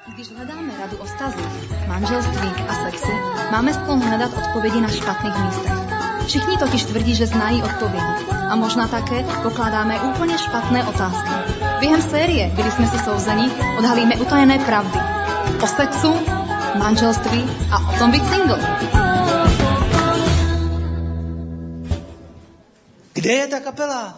Když hledáme radu o vztazích, manželství a sexu, máme sklon hledat odpovědi na špatných místech. Všichni totiž tvrdí, že znají odpovědi. A možná také pokládáme úplně špatné otázky. Během série Byli jsme si souzeni odhalíme utajené pravdy. O sexu, manželství a o tom být single. Kde je ta kapela?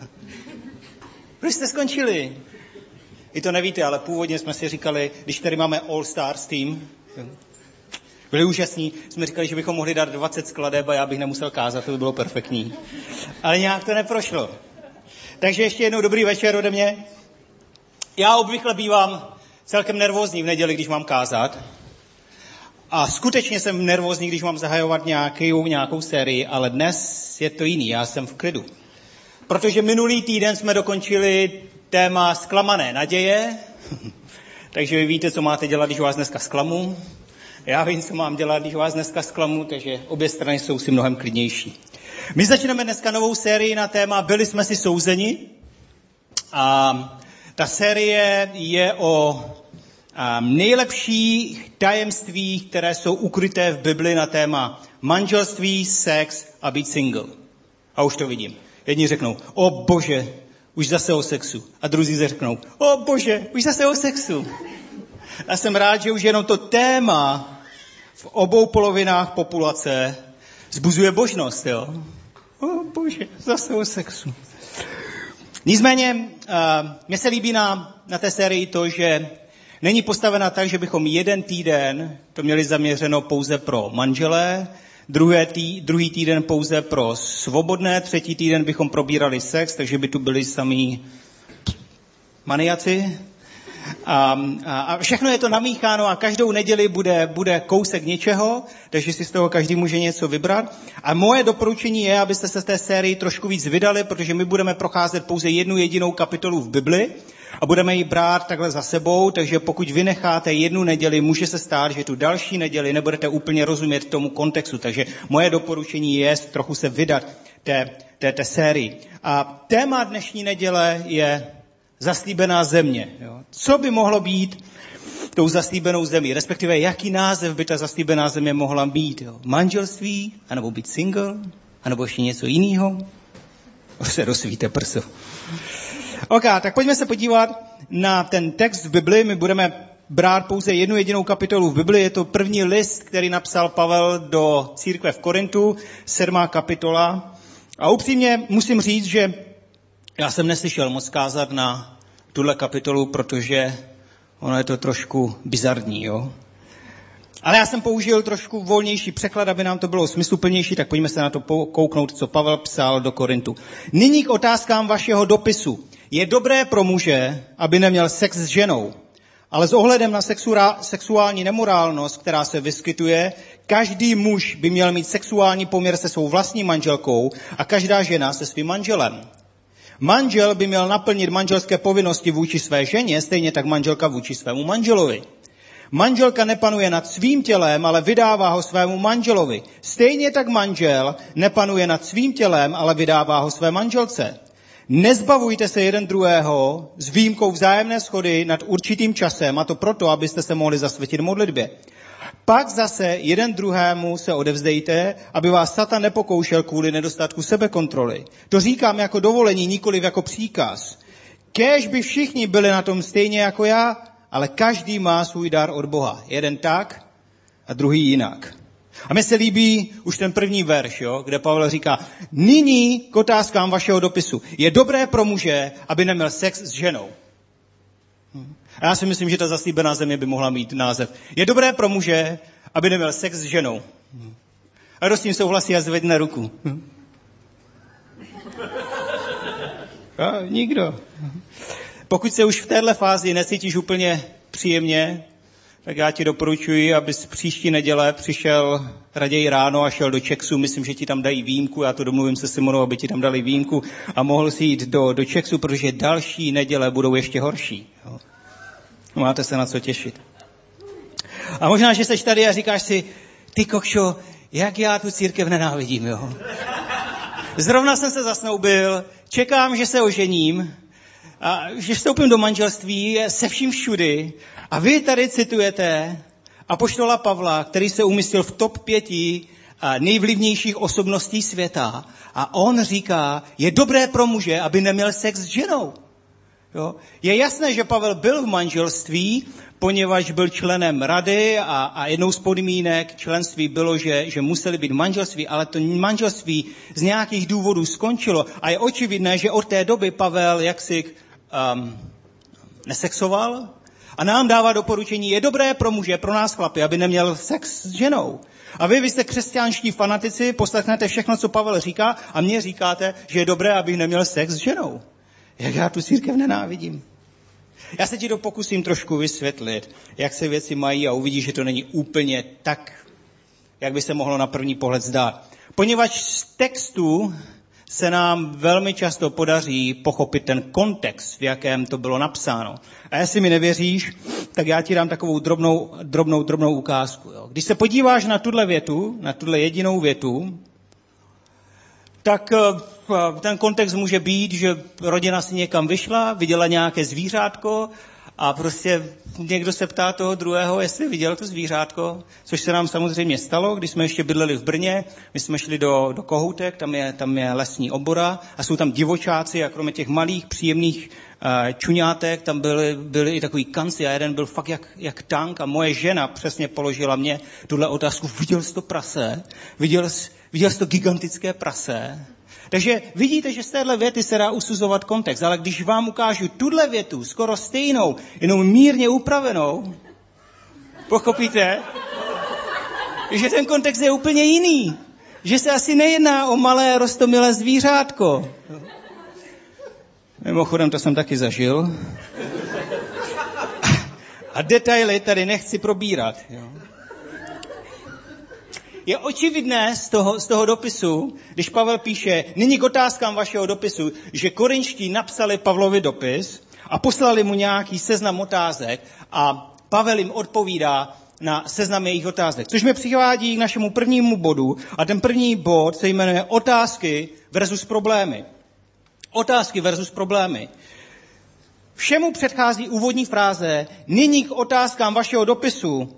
Proč jste skončili? Vy to nevíte, ale původně jsme si říkali, když tady máme All Stars tým, byli úžasní, jsme říkali, že bychom mohli dát 20 skladeb a já bych nemusel kázat, to by bylo perfektní. Ale nějak to neprošlo. Takže ještě jednou dobrý večer ode mě. Já obvykle bývám celkem nervózní v neděli, když mám kázat. A skutečně jsem nervózní, když mám zahajovat nějakou sérii, ale dnes je to jiný, já jsem v klidu. Protože minulý týden jsme dokončili téma zklamané naděje, takže vy víte, co máte dělat, když vás dneska zklamu. Já vím, co mám dělat, když vás dneska zklamu, takže obě strany jsou si mnohem klidnější. My začneme dneska novou sérii na téma Byli jsme si souzeni. A ta série je o nejlepších tajemstvích, které jsou ukryté v Bibli na téma manželství, sex a být single. A už to vidím. Jedni řeknou, o Bože, už zase o sexu. A druzí řeknou, o Bože, už zase o sexu. Já jsem rád, že už jenom to téma v obou polovinách populace vzbuzuje božnost, jo. O Bože, zase o sexu. Nicméně, mně se líbí na té sérii to, že není postavena tak, že bychom jeden týden to měli zaměřeno pouze pro manželé, druhý týden pouze pro svobodné, třetí týden bychom probírali sex, takže by tu byli samí maniaci. A všechno je to namícháno a každou neděli bude kousek něčeho, takže si z toho každý může něco vybrat. A moje doporučení je, abyste se z té sérii trošku víc vydali, protože my budeme procházet pouze jednu jedinou kapitolu v Bibli a budeme ji brát takhle za sebou, takže pokud vynecháte jednu neděli, může se stát, že tu další neděli nebudete úplně rozumět tomu kontextu. Takže moje doporučení je trochu se vydat té sérii. A téma dnešní neděle je zaslíbená země. Jo. Co by mohlo být tou zaslíbenou zemí? Respektive, jaký název by ta zaslíbená země mohla být? Jo. Manželství? Anebo být single? Anebo ještě něco jiného? Už se rozsvíte prso. OK, tak pojďme se podívat na ten text v Bibli. My budeme brát pouze jednu jedinou kapitolu v Bibli. Je to první list, který napsal Pavel do církve v Korintu, 7. kapitola. A upřímně musím říct, že já jsem neslyšel moc kázat na tuhle kapitolu, protože ono je to trošku bizarní, jo. Ale já jsem použil trošku volnější překlad, aby nám to bylo smysluplnější, tak pojďme se na to kouknout, co Pavel psal do Korintu. Nyní k otázkám vašeho dopisu. Je dobré pro muže, aby neměl sex s ženou, ale s ohledem na sexuální nemorálnost, která se vyskytuje, každý muž by měl mít sexuální poměr se svou vlastní manželkou a každá žena se svým manželem. Manžel by měl naplnit manželské povinnosti vůči své ženě, stejně tak manželka vůči svému manželovi. Manželka nepanuje nad svým tělem, ale vydává ho svému manželovi. Stejně tak manžel nepanuje nad svým tělem, ale vydává ho své manželce. Nezbavujte se jeden druhého s výjimkou vzájemné shody nad určitým časem, a to proto, abyste se mohli zasvětit modlitbě. Pak zase jeden druhému se odevzdejte, aby vás Satan nepokoušel kvůli nedostatku sebekontroly. To říkám jako dovolení, nikoliv jako příkaz. Kéž by všichni byli na tom stejně jako já, ale každý má svůj dar od Boha. Jeden tak a druhý jinak. A mně se líbí už ten první verš, jo, kde Pavel říká, nyní k otázkám vašeho dopisu. Je dobré pro muže, aby neměl sex s ženou. A já si myslím, že ta zaslíbená země by mohla mít název. Je dobré pro muže, aby neměl sex s ženou. A kdo s tím souhlasí a zvedne ruku? A, nikdo. Pokud se už v téhle fázi necítíš úplně příjemně, tak já ti doporučuji, abys příští neděle přišel raději ráno a šel do Čeksu. Myslím, že ti tam dají výjimku. Já to domluvím se Simonou, aby ti tam dali výjimku a mohl si jít do Čeksu, protože další neděle budou ještě horší. Jo. Máte se na co těšit. A možná, že seš tady a říkáš si, ty kokšo, jak já tu církev nenávidím, jo. Zrovna jsem se zasnoubil, čekám, že se ožením, že vstoupím do manželství se vším všudy a vy tady citujete apoštola Pavla, který se umístil v top 5 nejvlivnějších osobností světa a on říká, je dobré pro muže, aby neměl sex s ženou. Jo? Je jasné, že Pavel byl v manželství, poněvadž byl členem rady a jednou z podmínek členství bylo, že museli být v manželství, ale to manželství z nějakých důvodů skončilo a je očividné, že od té doby Pavel jaksi nesexoval a nám dává doporučení, je dobré pro muže, pro nás chlapy, aby neměl sex s ženou. A vy jste křesťanští fanatici, poslechnete všechno, co Pavel říká a mně říkáte, že je dobré, abych neměl sex s ženou. Jak já tu církev nenávidím. Já se ti to pokusím trošku vysvětlit, jak se věci mají a uvidíš, že to není úplně tak, jak by se mohlo na první pohled zdát. Poněvadž z textu se nám velmi často podaří pochopit ten kontext, v jakém to bylo napsáno. A jestli mi nevěříš, tak já ti dám takovou drobnou ukázku. Jo. Když se podíváš na tuhle větu, na tuhle jedinou větu, tak ten kontext může být, že rodina si někam vyšla, viděla nějaké zvířátko a prostě někdo se ptá toho druhého, jestli viděl to zvířátko, což se nám samozřejmě stalo, když jsme ještě bydleli v Brně, my jsme šli do Kohoutek, tam je lesní obora a jsou tam divočáci a kromě těch malých příjemných čuňátek, tam byly i takový kanci a jeden byl fakt jak tank a moje žena přesně položila mě tuhle otázku, viděl jsi to prase? Viděl jsi to gigantické prase? Takže vidíte, že z téhle věty se dá usuzovat kontext, ale když vám ukážu tuhle větu, skoro stejnou, jenom mírně upravenou, pochopíte, že ten kontext je úplně jiný. Že se asi nejedná o malé roztomilé zvířátko. Mimochodem, to jsem taky zažil. A detaily tady nechci probírat. Jo. Je očividné z toho dopisu, když Pavel píše, nyní k otázkám vašeho dopisu, že Korinští napsali Pavlovi dopis a poslali mu nějaký seznam otázek a Pavel jim odpovídá na seznam jejich otázek. Což mě přivádí k našemu prvnímu bodu a ten první bod se jmenuje otázky versus problémy. Otázky versus problémy. Všemu předchází úvodní fráze, nyní k otázkám vašeho dopisu.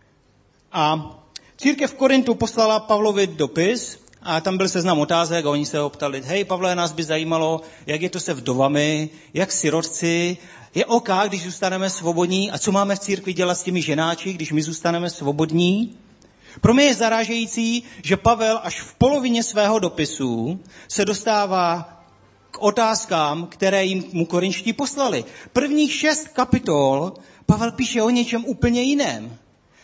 A církev v Korintu poslala Pavlovi dopis a tam byl seznam otázek a oni se ho ptali, hej Pavle, nás by zajímalo, jak je to se vdovami, jak sirotci, je OK, když zůstaneme svobodní a co máme v církvi dělat s těmi ženáči, když my zůstaneme svobodní? Pro mě je zarážející, že Pavel až v polovině svého dopisu se dostává k otázkám, které mu korinští poslali. Prvních 6 kapitol Pavel píše o něčem úplně jiném.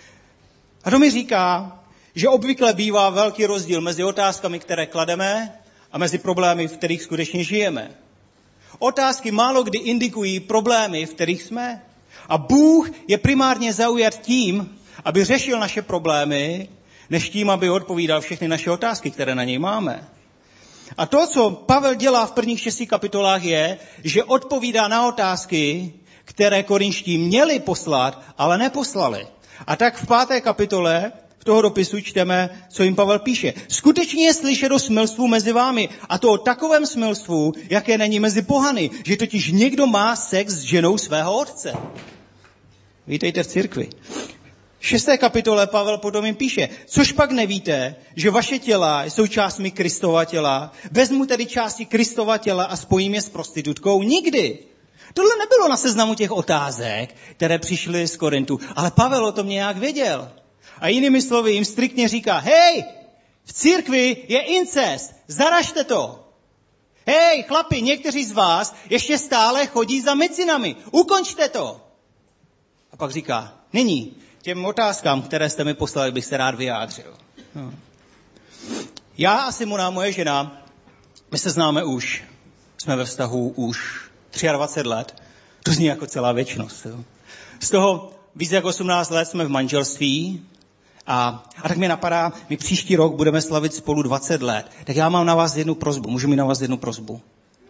A to mi říká, že obvykle bývá velký rozdíl mezi otázkami, které klademe, a mezi problémy, v kterých skutečně žijeme. Otázky málo kdy indikují problémy, v kterých jsme. A Bůh je primárně zaujat tím, aby řešil naše problémy, než tím, aby odpovídal všechny naše otázky, které na něj máme. A to, co Pavel dělá v prvních 6 kapitolách, je, že odpovídá na otázky, které korinští měli poslat, ale neposlali. A tak v 5. kapitole v toho dopisu čteme, co jim Pavel píše. Skutečně je slyšet o smilstvu mezi vámi, a to o takovém smilstvu, jaké není mezi pohany, že totiž někdo má sex s ženou svého otce. Vítejte v církvi. V 6. kapitole Pavel potom jim píše, což pak nevíte, že vaše těla jsou částmi Kristova těla, vezmu tedy části Kristova těla a spojím je s prostitutkou? Nikdy. Tohle nebylo na seznamu těch otázek, které přišly z Korintu, ale Pavel o tom nějak věděl. A jinými slovy jim striktně říká, hej, v církvi je incest, zaražte to. Hej, chlapi, někteří z vás ještě stále chodí za micinami, ukončte to. A pak říká, nyní těm otázkám, které jste mi poslali, bych se rád vyjádřil. No. Já a Simona, moje žena, my se známe už, jsme ve vztahu už 23 let, to zní jako celá věčnost. Jo. Z toho víc jak 18 let jsme v manželství a tak mě napadá, my příští rok budeme slavit spolu 20 let. Tak já mám na vás jednu prosbu, můžu mít na vás jednu prosbu.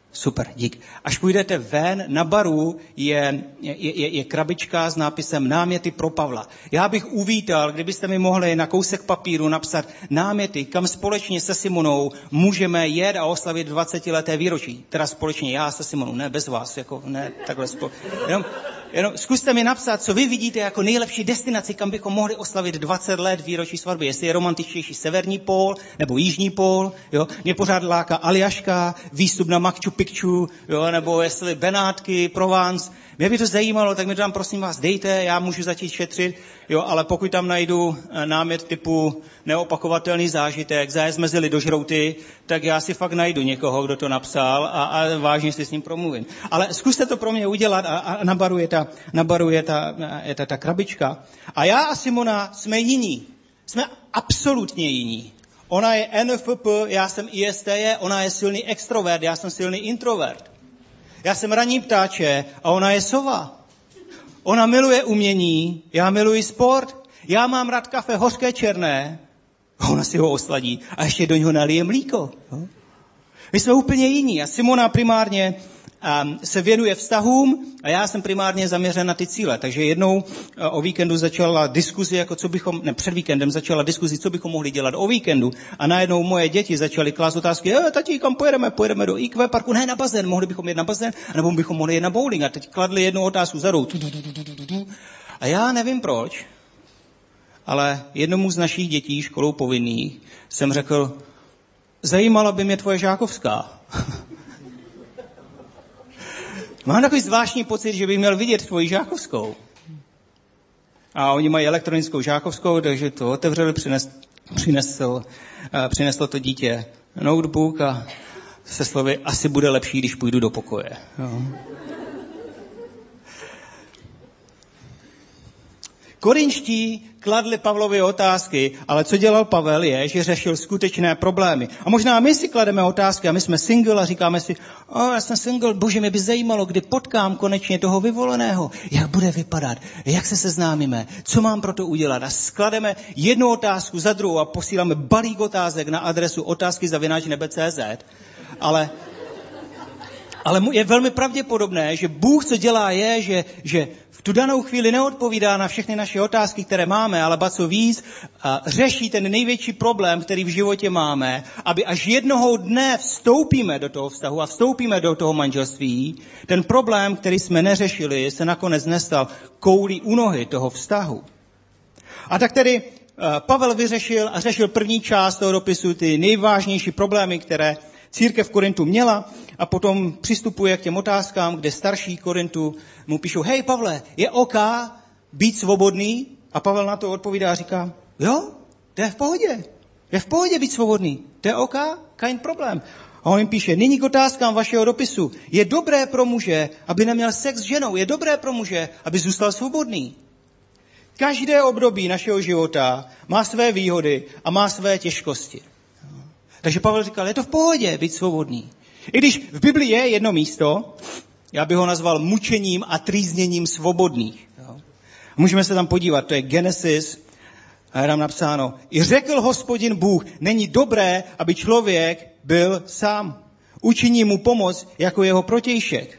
Super, dík. Až půjdete ven, na baru je krabička s nápisem náměty pro Pavla. Já bych uvítal, kdybyste mi mohli na kousek papíru napsat náměty, kam společně se Simonou můžeme jet a oslavit 20leté výročí. Teda společně já se Simonou, ne bez vás, jako ne takhle Jenom zkuste mi napsat, co vy vidíte jako nejlepší destinaci, kam bychom mohli oslavit 20 let výročí svatby. Jestli je romantičtější severní pól nebo jižní pól, jo? Mě pořád láká Aljaška, výstup na Machu Picchu, jo? Nebo jestli Benátky, Provence. Mě by to zajímalo, tak mi to tam prosím vás dejte, já můžu začít šetřit, jo? Ale pokud tam najdu námět typu neopakovatelný zážitek, zájezd mezi lidožrouty, tak já si fakt najdu někoho, kdo to napsal a vážně si s ním promluvím. Ale zkuste to pro mě udělat a na baru je ta krabička. A já a Simona jsme jiní. Jsme absolutně jiní. Ona je NFP, já jsem ISTJ, ona je silný extrovert, já jsem silný introvert. Já jsem ranní ptáče a ona je sova. Ona miluje umění, já miluji sport, já mám rád kafe hořké černé, ona si ho osladí a ještě do něho nalije mlíko. My jsme úplně jiní a Simona primárně se věnuje vztahům a já jsem primárně zaměřen na ty cíle. Takže jednou o víkendu začala diskuzi, před víkendem začala diskuzi, co bychom mohli dělat o víkendu. A najednou moje děti začaly klást otázky, tati, kam pojedeme? Pojedeme do IQ parku? Ne, na bazén. Mohli bychom jít na bazén? Nebo bychom mohli jít na bowling? A teď kladli jednu otázku za druhou. A já nevím proč, ale jednomu z našich dětí, školou povinných, jsem řekl, zajímala by mě tvoje žákovská. Mám takový zvláštní pocit, že bych měl vidět tvoji žákovskou. A oni mají elektronickou žákovskou, takže to otevřeli, přineslo to dítě notebook a se slovy, asi bude lepší, když půjdu do pokoje. Jo. Korinští kladli Pavlovi otázky, ale co dělal Pavel je, že řešil skutečné problémy. A možná my si klademe otázky a my jsme single a říkáme si, já jsem single, bože, mě by zajímalo, kdy potkám konečně toho vyvoleného, jak bude vypadat, jak se seznámíme, co mám pro to udělat. A sklademe jednu otázku za druhou a posíláme balík otázek na adresu otázky@nebe.cz. Ale je velmi pravděpodobné, že Bůh, co dělá, je, že v tu danou chvíli neodpovídá na všechny naše otázky, které máme, ale ba co víc, řeší ten největší problém, který v životě máme, aby až jednoho dne vstoupíme do toho vztahu a vstoupíme do toho manželství, ten problém, který jsme neřešili, se nakonec nestal koulí u nohy toho vztahu. A tak tedy Pavel vyřešil a řešil první část toho dopisu, ty nejvážnější problémy, které církev v Korintu měla, a potom přistupuje k těm otázkám, kde starší Korintu mu píšou, hej Pavle, je OK být svobodný? A Pavel na to odpovídá a říká, jo, to je v pohodě být svobodný, to je OK, kein problém. A on jim píše, nyní k otázkám vašeho dopisu, je dobré pro muže, aby neměl sex s ženou, je dobré pro muže, aby zůstal svobodný. Každé období našeho života má své výhody a má své těžkosti. Takže Pavel říkal, je to v pohodě být svobodný. I když v Biblii je jedno místo, já bych ho nazval mučením a trýzněním svobodných. Můžeme se tam podívat, to je Genesis, a je tam napsáno, i řekl Hospodin Bůh, není dobré, aby člověk byl sám. Učiní mu pomoc jako jeho protějšek.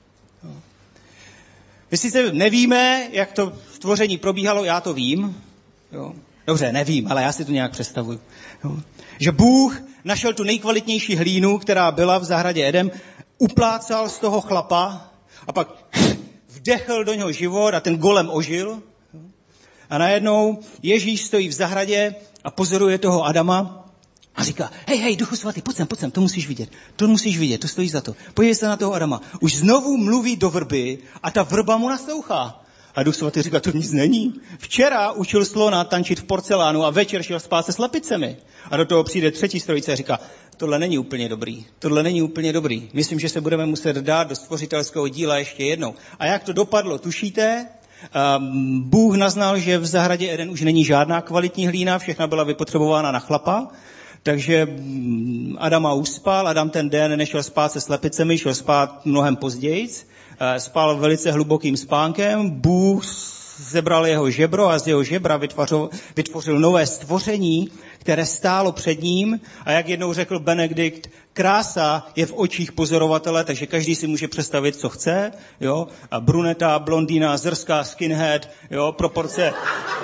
My sice nevíme, jak to stvoření probíhalo, já to vím. Jo. Dobře, nevím, ale já si to nějak představuju. Jo. Že Bůh našel tu nejkvalitnější hlínu, která byla v zahradě Edem, uplácal z toho chlapa a pak vdechl do něho život a ten golem ožil. A najednou Ježíš stojí v zahradě a pozoruje toho Adama a říká, hej, Duchu svatý, pojď sem, to musíš vidět, to stojí za to. Podívej se na toho Adama. Už znovu mluví do vrby a ta vrba mu naslouchá. A Duch svatý říká, to nic není. Včera učil slona tančit v porcelánu a večer šel spát se slepicemi. A do toho přijde třetí strojice a říká, tohle není úplně dobrý. Myslím, že se budeme muset dát do stvořitelského díla ještě jednou. A jak to dopadlo, tušíte? Bůh naznal, že v zahradě Eden už není žádná kvalitní hlína, všechna byla vypotřebována na chlapa. Takže Adama uspal, Adam ten den nešel spát se slepicemi, šel spát mnohem později, spal velice hlubokým spánkem, Bůh zebral jeho žebro a z jeho žebra vytvořil nové stvoření, které stálo před ním. A jak jednou řekl Benedikt, krása je v očích pozorovatele, takže každý si může představit, co chce. Jo? A bruneta, blondýna, zrská, skinhead, jo? Proporce...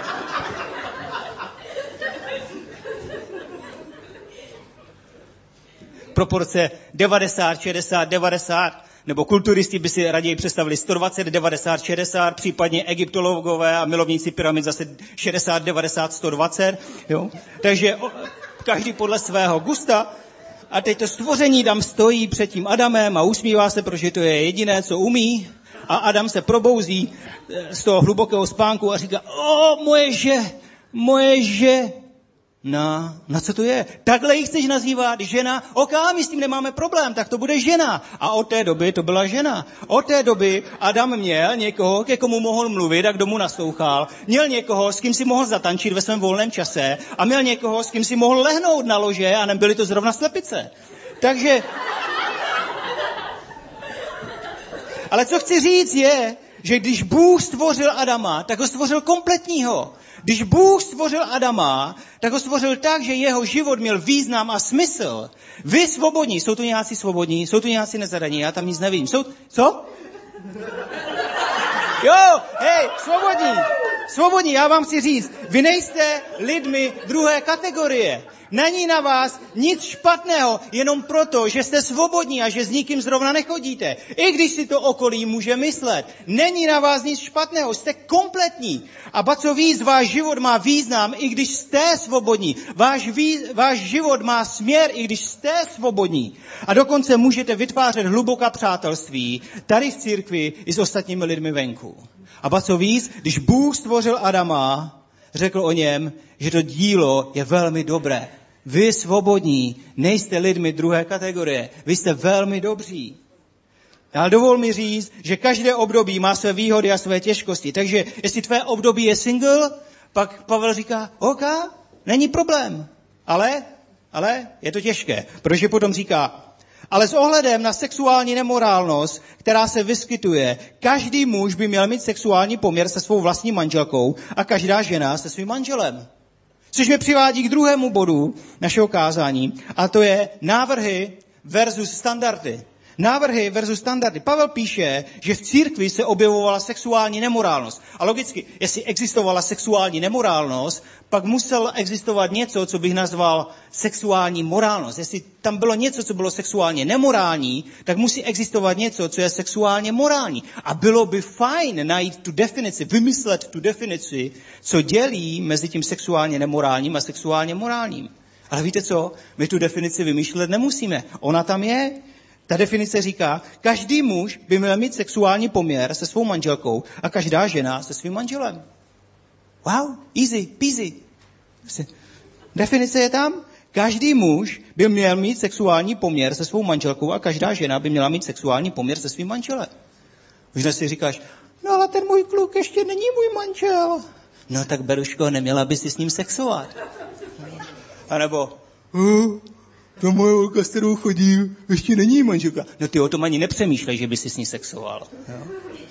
Proporce 90, 60, 90, nebo kulturisti by si raději představili 120, 90, 60, případně egyptologové a milovníci pyramid zase 60, 90, 120. Jo? Takže každý podle svého gusta. A teď to stvoření tam stojí před tím Adamem a usmívá se, protože to je jediné, co umí. A Adam se probouzí z toho hlubokého spánku a říká, moje Na co to je? Takhle ji chceš nazývat žena? OK, my s tím nemáme problém, tak to bude žena. A od té doby to byla žena. Od té doby Adam měl někoho, ke komu mohl mluvit a kdo mu naslouchal. Měl někoho, s kým si mohl zatančit ve svém volném čase. A měl někoho, s kým si mohl lehnout na lože a nebyly to zrovna slepice. Takže... Ale co chci říct je, že když Bůh stvořil Adama, tak ho stvořil kompletního. Když Bůh stvořil Adama, tak ho stvořil tak, že jeho život měl význam a smysl. Vy svobodní, jsou tu nějací svobodní, jsou tu nějací nezadaní, já tam nic nevím. Co? Jo, hej, svobodní, já vám chci říct, vy nejste lidmi druhé kategorie. Není na vás nic špatného, jenom proto, že jste svobodní a že s nikým zrovna nechodíte. I když si to okolí může myslet. Není na vás nic špatného, jste kompletní. A ba co víc, váš život má význam, i když jste svobodní. Váš život má směr, i když jste svobodní. A dokonce můžete vytvářet hluboká přátelství tady v církvi i s ostatními lidmi venku. A ba co víc, když Bůh stvořil Adama, řekl o něm, že to dílo je velmi dobré. Vy svobodní nejste lidmi druhé kategorie. Vy jste velmi dobří. Ale dovol mi říct, že každé období má své výhody a své těžkosti. Takže jestli tvé období je single, pak Pavel říká, OK, není problém. Ale je to těžké. Protože potom říká, ale s ohledem na sexuální nemorálnost, která se vyskytuje, každý muž by měl mít sexuální poměr se svou vlastní manželkou a každá žena se svým manželem. Což mě přivádí k druhému bodu našeho kázání, a to je návrhy versus standardy. Návrhy versus standardy. Pavel píše, že v církvi se objevovala sexuální nemorálnost. A logicky, jestli existovala sexuální nemorálnost, pak musel existovat něco, co bych nazval sexuální morálnost. Jestli tam bylo něco, co bylo sexuálně nemorální, tak musí existovat něco, co je sexuálně morální. A bylo by fajn najít tu definici, vymyslet tu definici, co dělí mezi tím sexuálně nemorálním a sexuálně morálním. Ale víte co? My tu definici vymýšlet nemusíme. Ona tam je. Ta definice říká, každý muž by měl mít sexuální poměr se svou manželkou a každá žena se svým manželem. Wow, easy, peasy. Definice je tam. Každý muž by měl mít sexuální poměr se svou manželkou a každá žena by měla mít sexuální poměr se svým manželem. Už si říkáš, no ale ten můj kluk ještě není můj manžel. No tak Beruško, neměla by si s ním sexovat. A nebo... Ta moje holka, s kterou chodím, ještě není manželka. No ty o tom ani nepřemýšlej, že by si s ní sexoval. Jo?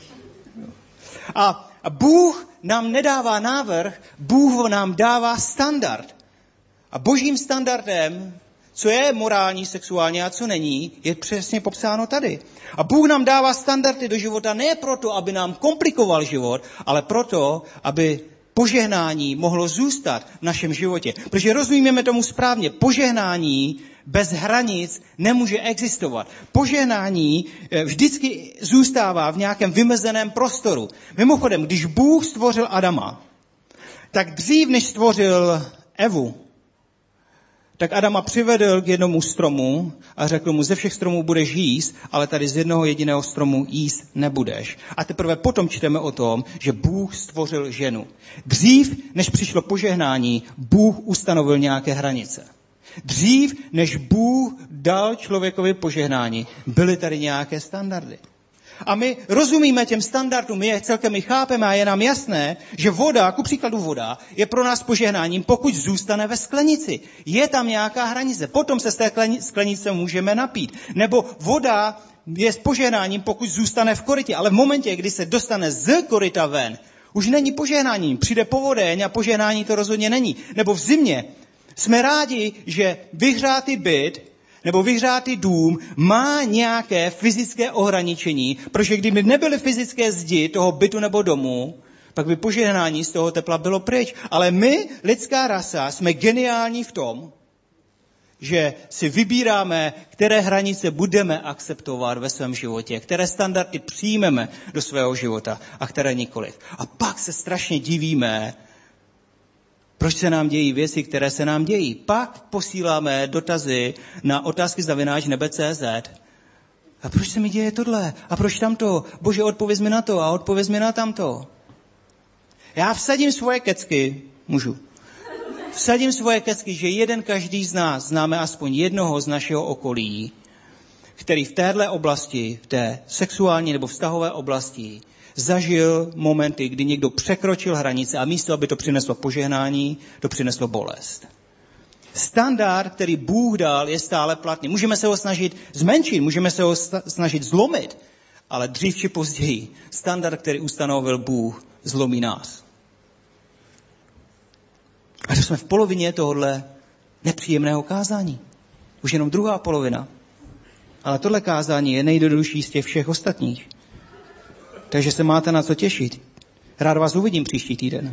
A Bůh nám nedává návrh, Bůh nám dává standard. A božím standardem, co je morální, sexuální a co není, je přesně popsáno tady. A Bůh nám dává standardy do života ne proto, aby nám komplikoval život, ale proto, aby požehnání mohlo zůstat v našem životě. Protože rozumíme tomu správně, požehnání bez hranic nemůže existovat. Požehnání vždycky zůstává v nějakém vymezeném prostoru. Mimochodem, když Bůh stvořil Adama, tak dřív, než stvořil Evu, tak Adama přivedl k jednomu stromu a řekl mu, ze všech stromů budeš jíst, ale tady z jednoho jediného stromu jíst nebudeš. A teprve potom čteme o tom, že Bůh stvořil ženu. Dřív, než přišlo požehnání, Bůh ustanovil nějaké hranice. Dřív, než Bůh dal člověkovi požehnání, byly tady nějaké standardy. A my rozumíme těm standardům, my je celkem i chápeme a je nám jasné, že voda, ku příkladu voda, je pro nás požehnáním, pokud zůstane ve sklenici. Je tam nějaká hranice, potom se z té sklenice můžeme napít. Nebo voda je s požehnáním, pokud zůstane v korytě, ale v momentě, kdy se dostane z koryta ven, Už není požehnání. Přijde povodeň a požehnání to rozhodně není. Nebo v zimě jsme rádi, že vyhřátý byt nebo vyhřátý dům má nějaké fyzické ohraničení, protože kdyby nebyly fyzické zdi toho bytu nebo domu, pak by požehnání z toho tepla bylo pryč. Ale my, lidská rasa, jsme geniální v tom, že si vybíráme, které hranice budeme akceptovat ve svém životě, které standardy přijmeme do svého života a které nikoliv. A pak se strašně divíme, proč se nám dějí věci, které se nám dějí. Pak posíláme dotazy na otázky@nebe.cz. A proč se mi děje tohle? A proč tamto? Bože, odpověz mi na to a odpověz mi na tamto. Já vsadím svoje kecky, vsadím svoje kecky, že jeden každý z nás známe aspoň jednoho z našeho okolí, který v téhle oblasti, v té sexuální nebo vztahové oblasti, zažil momenty, kdy někdo překročil hranice a místo, aby to přineslo požehnání, to přineslo bolest. Standard, který Bůh dal, je stále platný. Můžeme se ho snažit zmenšit, můžeme se ho snažit zlomit, ale dřív či později standard, který ustanovil Bůh, zlomí nás. A to jsme v polovině tohohle nepříjemného kázání. Už jenom druhá polovina. Ale tohle kázání je nejjednodušší z těch všech ostatních. Takže se máte na co těšit. Rád vás uvidím příští týden.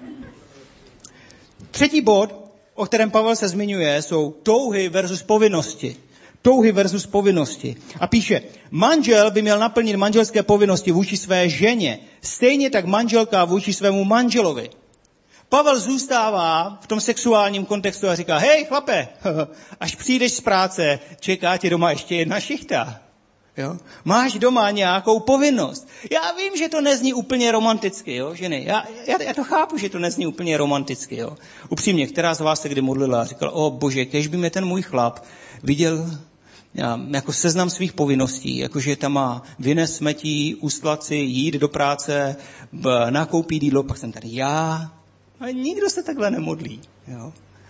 Třetí bod, o kterém Pavel se zmiňuje, jsou touhy versus povinnosti. Touhy versus povinnosti. A píše, manžel by měl naplnit manželské povinnosti vůči své ženě, stejně tak manželka vůči svému manželovi. Pavel zůstává v tom sexuálním kontextu a říká, hej chlape, až přijdeš z práce, čeká tě doma ještě jedna šichta. Jo? Máš doma nějakou povinnost. Já vím, že to nezní úplně romanticky, jo, ženy. Já to chápu, že to nezní úplně romanticky. Jo. Upřímně, která z vás se kdy modlila a říkala, o bože, kež by mě ten můj chlap viděl jako seznam svých povinností, jakože tam má vynes smetí, ustlat si, jít do práce, nakoupit jídlo, pak jsem tady já. A nikdo se takhle nemodlí. Jo.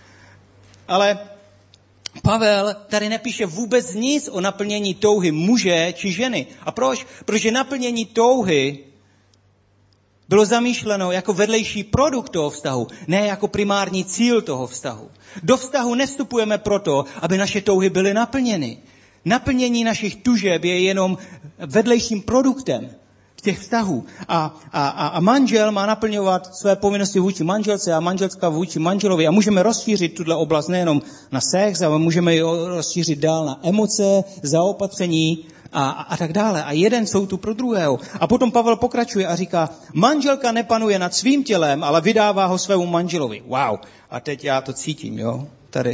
Ale Pavel tady nepíše vůbec nic o naplnění touhy muže či ženy. A proč? Protože naplnění touhy bylo zamýšleno jako vedlejší produkt toho vztahu, ne jako primární cíl toho vztahu. Do vztahu nevstupujeme proto, aby naše touhy byly naplněny. Naplnění našich tužeb je jenom vedlejším produktem těch vztahů. A manžel má naplňovat své povinnosti vůči manželce a manželka vůči manželovi. A můžeme rozšířit tuto oblast nejenom na sex, ale můžeme ji rozšířit dál na emoce, zaopatření a tak dále. A jeden jsou tu pro druhého. A potom Pavel pokračuje a říká, manželka nepanuje nad svým tělem, ale vydává ho svému manželovi. Wow. A teď já to cítím, jo.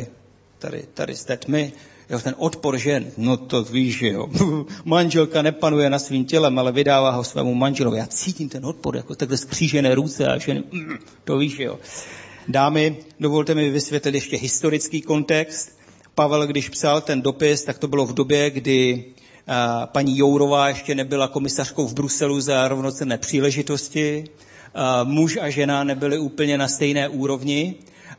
Tady jste tmy. Jo, ten odpor žen, no to víš, jo. Manželka nepanuje na svým tělem, ale vydává ho svému manželovi. Já cítím ten odpor, jako takhle skřížené ruce a ženy, to víš, jo. Dámy, dovolte mi vysvětlit ještě historický kontext. Pavel, když psal ten dopis, tak to bylo v době, kdy paní Jourová ještě nebyla komisařkou v Bruselu za rovnocenné příležitosti. Muž a žena nebyli úplně na stejné úrovni.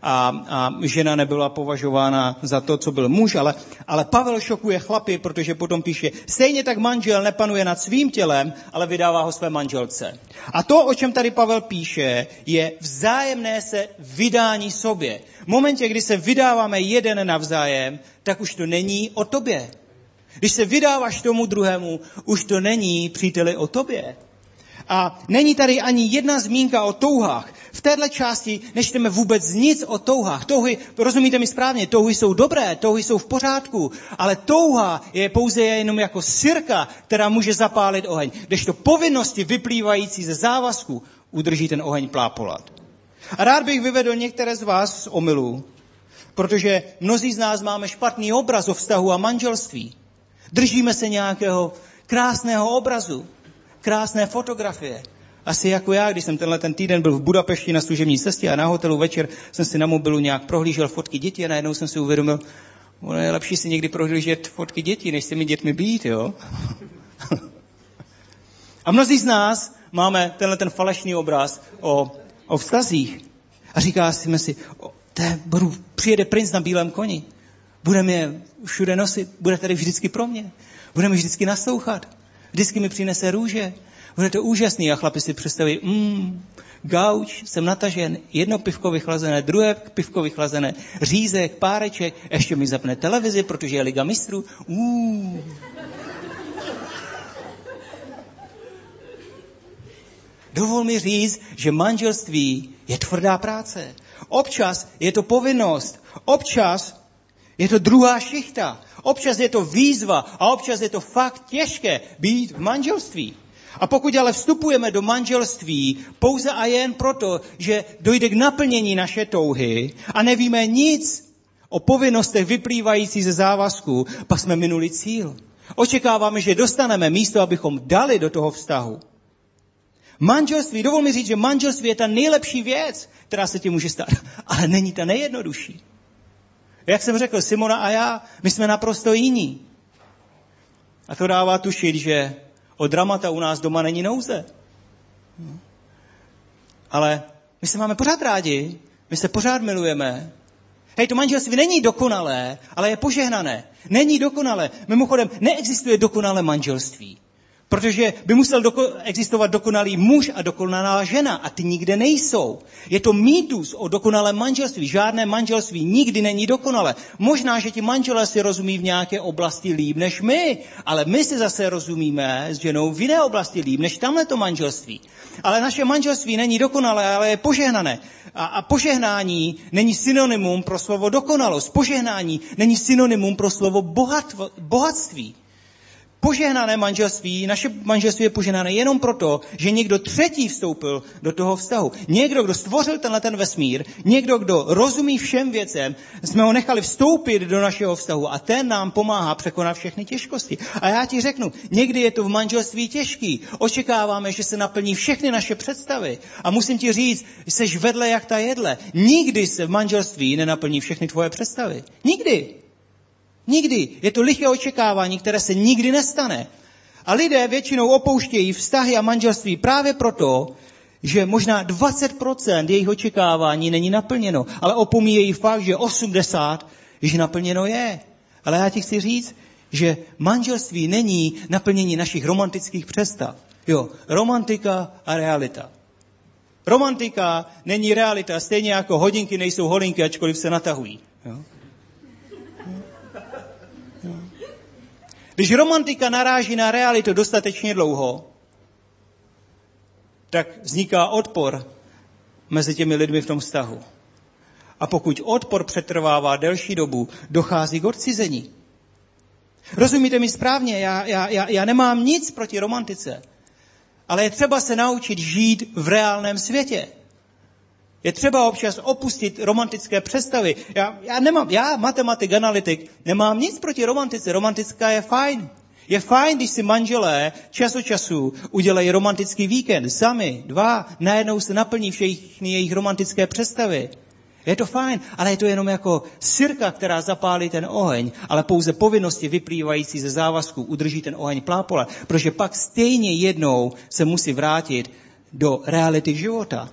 A žena nebyla považována za to, co byl muž, ale Pavel šokuje chlapy, protože potom píše, stejně tak manžel nepanuje nad svým tělem, ale vydává ho své manželce. A to, o čem tady Pavel píše, je vzájemné se vydání sobě. V momentě, kdy se vydáváme jeden navzájem, tak už to není o tobě. Když se vydáváš tomu druhému, už to není, příteli, o tobě. A není tady ani jedna zmínka o touhách. V téhle části nečteme vůbec nic o touhách. Touhy, rozumíte mi správně, touhy jsou dobré, touhy jsou v pořádku, ale touha je pouze jenom jako sirka, která může zapálit oheň. Kdežto povinnosti vyplývající ze závazku udrží ten oheň plápolat. A rád bych vyvedl některé z vás z omylu, protože mnozí z nás máme špatný obraz o vztahu a manželství. Držíme se nějakého krásného obrazu. Krásné fotografie. Asi jako já, když jsem ten týden byl v Budapešti na služební cestě a na hotelu večer jsem si na mobilu nějak prohlížel fotky dětí a najednou jsem si uvědomil, ono je lepší si někdy prohlížet fotky dětí, než s těmi dětmi být, jo? A mnozí z nás máme ten falešný obraz o vztazích. A říkáme si, přijede princ na bílém koni, budeme je všude nosit, bude tady vždycky pro mě, budeme vždycky naslouchat. Vždycky mi přinese růže. Bude to úžasný a chlapi si představí, gauč, jsem natažen, jedno pivko vychlazené, druhé pivko vychlazené, řízek, páreček, ještě mi zapne televizi, protože je Liga mistrů. Dovol mi říct, že manželství je tvrdá práce. Občas je to povinnost, občas je to druhá šichta, občas je to výzva a občas je to fakt těžké být v manželství. A pokud ale vstupujeme do manželství pouze a jen proto, že dojde k naplnění naše touhy a nevíme nic o povinnostech vyplývající ze závazku, pak jsme minuli cíl. Očekáváme, že dostaneme místo, abychom dali do toho vztahu. Manželství, dovol mi říct, že manželství je ta nejlepší věc, která se ti může stát, ale není ta nejjednodušší. Jak jsem řekl, Simona a já, my jsme naprosto jiní. A to dává tušit, že o dramata u nás doma není nouze. Ale my se máme pořád rádi, my se pořád milujeme. Hej, to manželství není dokonalé, ale je požehnané. Není dokonalé. Mimochodem, neexistuje dokonalé manželství. Protože by musel existovat dokonalý muž a dokonalá žena a ty nikde nejsou. Je to mýtus o dokonalém manželství. Žádné manželství nikdy není dokonalé. Možná, že ti manželé si rozumí v nějaké oblasti líp než my, ale my si zase rozumíme s ženou v jiné oblasti líp než tamhleto manželství. Ale naše manželství není dokonalé, ale je požehnané. A požehnání není synonymum pro slovo dokonalost. Požehnání není synonymum pro slovo bohatství. Požehnané manželství, naše manželství je požehnané jenom proto, že někdo třetí vstoupil do toho vztahu. Někdo, kdo stvořil ten vesmír, někdo, kdo rozumí všem věcem, jsme ho nechali vstoupit do našeho vztahu a ten nám pomáhá překonat všechny těžkosti. A já ti řeknu, někdy je to v manželství těžký. Očekáváme, že se naplní všechny naše představy. A musím ti říct, seš vedle jak ta jedle. Nikdy se v manželství nenaplní všechny tvoje představy. Nikdy. Nikdy. Je to liché očekávání, které se nikdy nestane. A lidé většinou opouštějí vztahy a manželství právě proto, že možná 20% jejich očekávání není naplněno, ale opomíjejí fakt, že 80% již naplněno je. Ale já ti chci říct, že manželství není naplnění našich romantických představ. Jo, romantika a realita. Romantika není realita, stejně jako hodinky nejsou holinky, ačkoliv se natahují. Jo? Když romantika naráží na realitu dostatečně dlouho, tak vzniká odpor mezi těmi lidmi v tom vztahu. A pokud odpor přetrvává delší dobu, dochází k odcizení. Rozumíte mi správně, já nemám nic proti romantice, ale je třeba se naučit žít v reálném světě. Je třeba občas opustit romantické představy. Já matematik, analytik, nemám nic proti romantice. Romantická je fajn. Je fajn, když si manželé čas od času udělají romantický víkend. Sami, dva, najednou se naplní všechny jejich romantické představy. Je to fajn, ale je to jenom jako sirka, která zapálí ten oheň, ale pouze povinnosti vyplývající ze závazku udrží ten oheň plápole, protože pak stejně jednou se musí vrátit do reality života.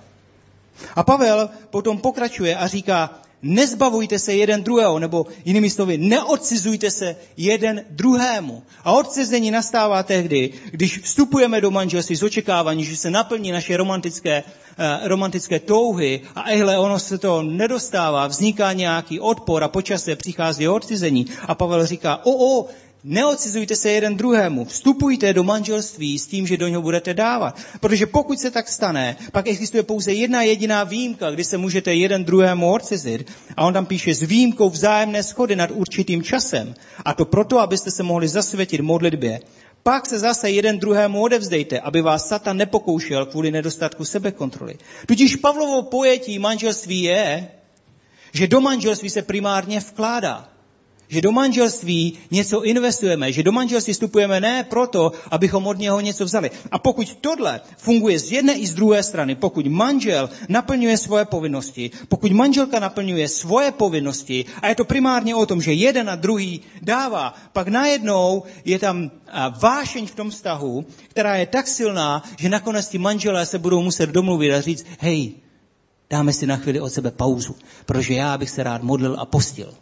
A Pavel potom pokračuje a říká, nezbavujte se jeden druhého, nebo jinými slovy, neodcizujte se jeden druhému. A odcizení nastává tehdy, když vstupujeme do manželství s očekáváním, že se naplní naše romantické touhy a ono se to nedostává, vzniká nějaký odpor a po čase přichází odcizení. A Pavel říká, neodcizujte se jeden druhému, vstupujte do manželství s tím, že do něho budete dávat. Protože pokud se tak stane, pak existuje pouze jedna jediná výjimka, kdy se můžete jeden druhému odcizit. A on tam píše s výjimkou vzájemné shody nad určitým časem. A to proto, abyste se mohli zasvětit modlitbě. Pak se zase jeden druhému odevzdejte, aby vás Satan nepokoušel kvůli nedostatku sebekontroly. Tudíž Pavlovo pojetí manželství je, že do manželství se primárně vkládá. Že do manželství něco investujeme, že do manželství vstupujeme ne proto, abychom od něho něco vzali. A pokud tohle funguje z jedné i z druhé strany, pokud manžel naplňuje svoje povinnosti, pokud manželka naplňuje svoje povinnosti a je to primárně o tom, že jeden a druhý dává, pak najednou je tam vášeň v tom vztahu, která je tak silná, že nakonec ti manželé se budou muset domluvit a říct, hej, dáme si na chvíli od sebe pauzu, protože já bych se rád modlil a postil.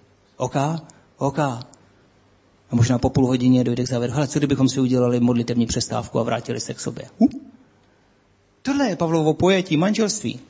OK. A možná po půl hodině dojde k závěru. Hele, co kdybychom si udělali modlitevní přestávku a vrátili se k sobě? Tohle je Pavlovo pojetí manželství.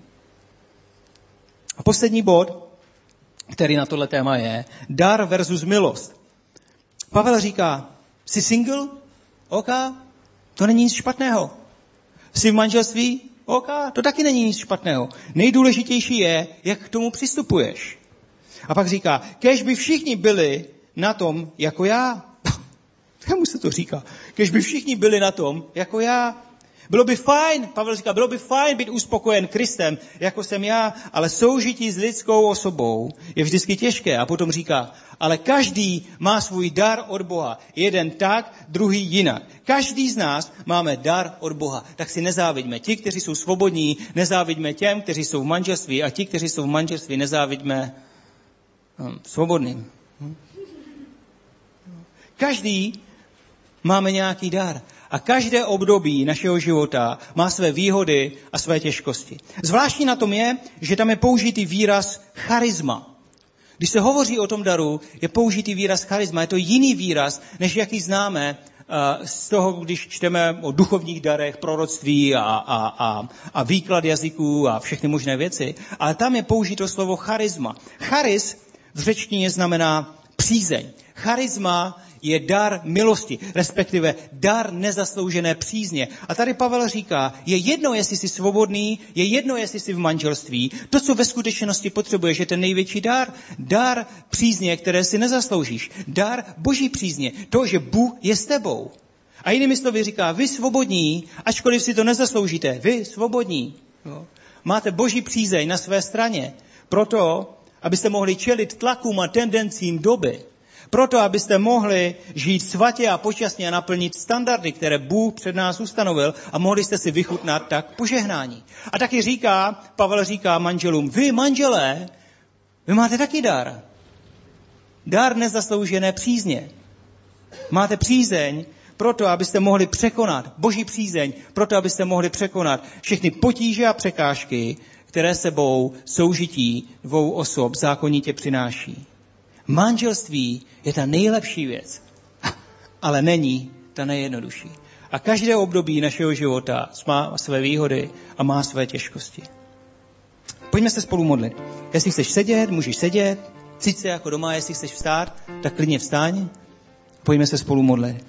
A poslední bod, který na tohle téma je, dar versus milost. Pavel říká, jsi single? OK, to není nic špatného. Jsi v manželství? OK, to taky není nic špatného. Nejdůležitější je, jak k tomu přistupuješ. A pak říká, kéž by všichni byli na tom, jako já. Čemu se to říká? Kéž by všichni byli na tom, jako já. Bylo by fajn, Pavel říká, bylo by fajn být uspokojen Kristem, jako jsem já, ale soužití s lidskou osobou je vždycky těžké. A potom říká, ale každý má svůj dar od Boha. Jeden tak, druhý jinak. Každý z nás máme dar od Boha. Tak si nezáviďme. Ti, kteří jsou svobodní, nezáviďme těm, kteří jsou v manželství. A ti, kteří jsou v manželství, nezáviďme svobodným. Každý máme nějaký dar. A každé období našeho života má své výhody a své těžkosti. Zvláštní na tom je, že tam je použitý výraz charisma. Když se hovoří o tom daru, je použitý výraz charisma. Je to jiný výraz, než jaký známe z toho, když čteme o duchovních darech, proroctví a výklad jazyků a všechny možné věci. Ale tam je použito slovo charisma. Charis v řečtině znamená přízeň. Charisma je dar milosti, respektive dar nezasloužené přízně. A tady Pavel říká, je jedno, jestli jsi svobodný, je jedno, jestli jsi v manželství. To, co ve skutečnosti potřebuješ, je ten největší dar. Dar přízně, které si nezasloužíš. Dar boží přízně. To, že Bůh je s tebou. A jinými slovy říká, vy svobodní, ačkoliv si to nezasloužíte, vy svobodní. Máte boží přízeň na své straně. Proto, abyste mohli čelit tlakům a tendencím doby. Proto, abyste mohli žít svatě a počasně a naplnit standardy, které Bůh před nás ustanovil a mohli jste si vychutnat tak požehnání. A taky Pavel říká manželům, vy manželé, vy máte taky dar. Dar nezasloužené přízně. Máte přízeň proto, abyste mohli překonat, boží přízeň, proto, abyste mohli překonat všechny potíže a překážky, které sebou soužití dvou osob zákonitě přináší. Manželství je ta nejlepší věc, ale není ta nejjednodušší. A každé období našeho života má své výhody a má své těžkosti. Pojďme se spolu modlit. Jestli chceš sedět, můžeš sedět. Cít se jako doma, jestli chceš vstát, tak klidně vstáň. Pojďme se spolu modlit.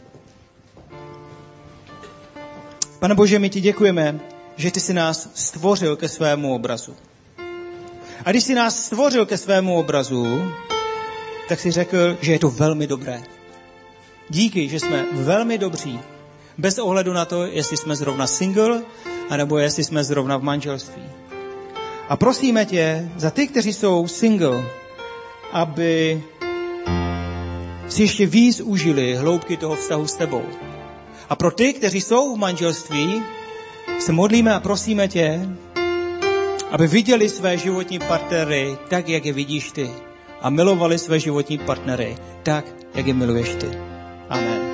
Pane Bože, my ti děkujeme, že ty jsi nás stvořil ke svému obrazu. A když jsi nás stvořil ke svému obrazu, tak si řekl, že je to velmi dobré. Díky, že jsme velmi dobří, bez ohledu na to, jestli jsme zrovna single, anebo jestli jsme zrovna v manželství. A prosíme tě za ty, kteří jsou single, aby si ještě víc užili hloubky toho vztahu s tebou. A pro ty, kteří jsou v manželství, se modlíme a prosíme tě, aby viděli své životní partnery tak, jak je vidíš ty. A milovali své životní partnery tak, jak je miluješ ty. Amen.